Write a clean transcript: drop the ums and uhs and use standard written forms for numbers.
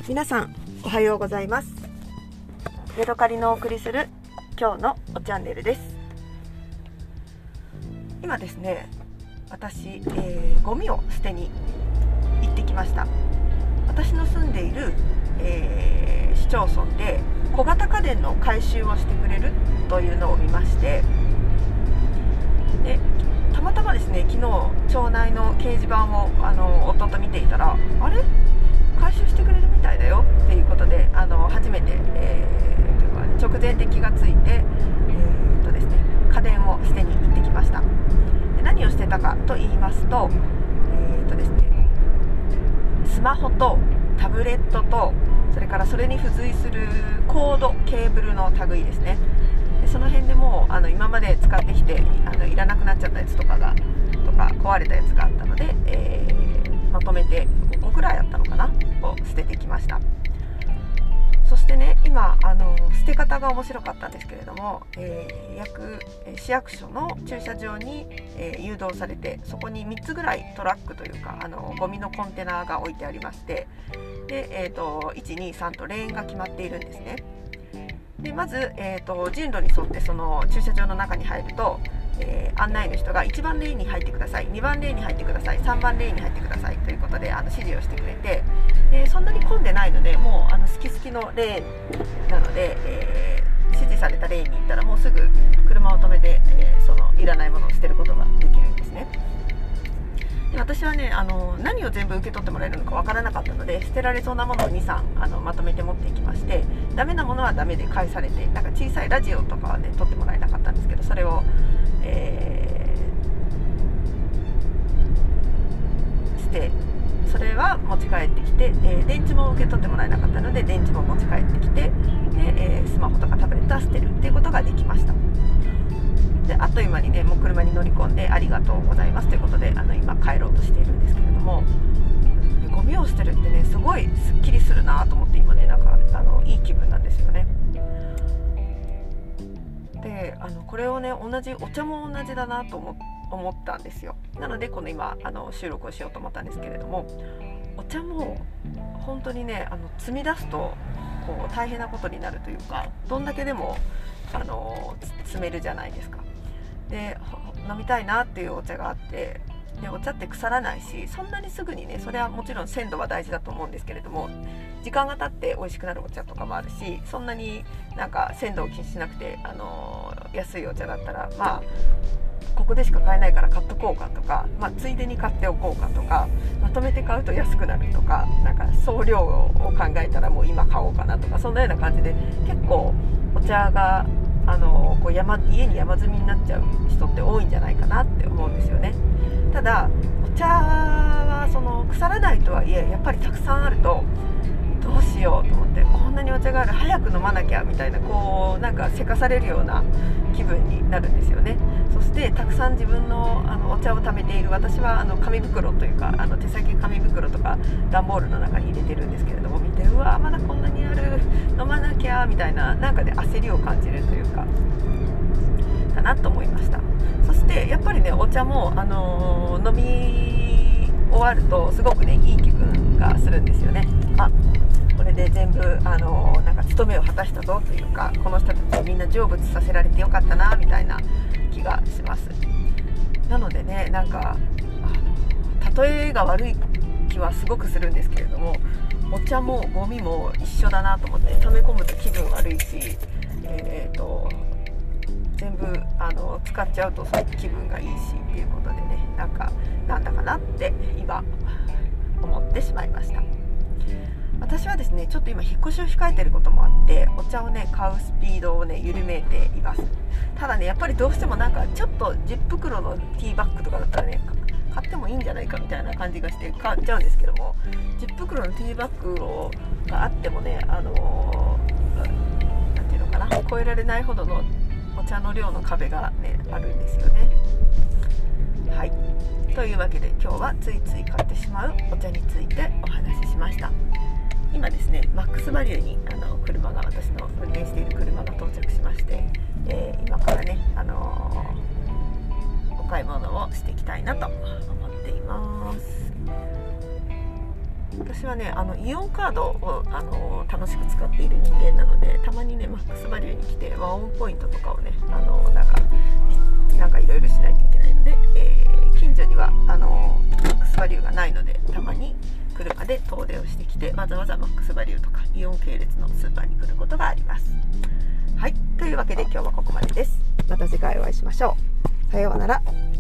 皆さんおはようございます。ヤドカリのお送りする今日のおチャンネルです。今ですね、私、ゴミを捨てに行ってきました。私の住んでいる、市町村で小型家電の回収をしてくれるというのを見まして、でたまたまですね、昨日町内の掲示板を夫と見ていたら、あれ回収してくれるみたいだよっていうことで、初めて、直前で気がついて、ですね、家電を捨てに行ってきました。で何をしてたかと言いますと、ですね、スマホとタブレットと、それからそれに付随するコード、ケーブルの類ですね。でその辺でもう今まで使ってきていらなくなっちゃったやつとか壊れたやつがあったので、まとめて5個くらいあったのかなを捨ててきました。そしてね、今捨て方が面白かったんですけれども、市役所の駐車場に、誘導されて、そこに3つぐらいトラックというかゴミのコンテナが置いてありまして、で、1、2、3とレーンが決まっているんですね。でまず、順路に沿ってその駐車場の中に入ると、案内の人が1番レーンに入ってください、2番レーンに入ってください、3番レーンに入ってくださいということで指示をしてくれて、そんなに混んでないので、もう好き好きのレーンなので、指示されたレーンに行ったらもうすぐ車を止めて、そのいらないものを捨てることができるんですね。で私はね、何を全部受け取ってもらえるのかわからなかったので、捨てられそうなものを2、3まとめて持っていきまして、ダメなものはダメで返されて、なんか小さいラジオとかはね取ってもらえなかったんですけど、それを、捨て、それは持ち帰ってきて、電池も受け取ってもらえなかったので電池も持ち帰ってきて、で、スマホとかタブレットは捨てるっていうことができました。であっという間にね、もう車に乗り込んでありがとうございますということで今帰ろうとしているんですけれども、ゴミを捨てるってね、すごいすっきりするなと思って、今ね、なんかいい気分なんですよね。でこれをね、お茶も同じだなと思ったんですよ。なのでこの今収録をしようと思ったんですけれども、お茶も本当にね、積み出すとこう大変なことになるというか、どんだけでも積めるじゃないですか。で飲みたいなっていうお茶があって、でお茶って腐らないし、そんなにすぐにね、それはもちろん鮮度は大事だと思うんですけれども、時間が経って美味しくなるお茶とかもあるし、そんなになんか鮮度を気にしなくて安いお茶だったら、まあここでしか買えないから買っとこうかとか、ついでに買っておこうかとか、まとめて買うと安くなるとか、なんか送料を考えたらもう今買おうかなとか、そんなような感じで結構お茶がこう家に山積みになっちゃう人って多いんじゃないかなって思うんですよね。ただお茶は腐らないとはいえ、やっぱりたくさんあるとどうしようと思って、こんなにお茶がある、早く飲まなきゃみたいな、こうなんかせかされるような気分になるんですよね。そしてたくさん自分のお茶を貯めている私は紙袋というか手先紙袋とか段ボールの中に入れてるんですけれども、見て、うわまだこんなにある、飲まなきゃみたいな、なんかね焦りを感じるというかだなと思いました。そしてやっぱりね、お茶も飲み終わるとすごくねいい気分がするんですよね。これで全部なんか務めを果たしたぞというか、この人たちをみんな成仏させられてよかったなみたいな気がします。なのでね、なんか例えが悪い気はすごくするんですけれども、お茶もゴミも一緒だなと思って、溜め込むと気分悪いし、全部使っちゃうとその気分がいいしっていうことでね、なんだかなって今思ってしまいました。私はですね、ちょっと今引っ越しを控えていることもあって、お茶をね買うスピードをね緩めています。ただね、やっぱりどうしてもなんかちょっと10袋のティーバッグとかだったらね買ってもいいんじゃないかみたいな感じがして買っちゃうんですけども、10袋のティーバッグがあってもね、なんていうのかな、超えられないほどのお茶の量の壁がねあるんですよね。はい、というわけで今日はついつい買ってしまうお茶についてお話ししました。今ですね、マックスバリューに私の運転している車が到着しまして、今からね、お買い物をしていきたいなと思っています。 私はねイオンカードを楽しく使っている人間なので、たまにねマックスバリューに来てワンオンポイントとかをねなんかいろいろしないといけないので、近所にはマックスバリューがないので、たまに車で遠出をしてきてわざわざマックスバリューとかイオン系列のスーパーに来ることがあります。はい、というわけで今日はここまでです。また次回お会いしましょう。さようなら。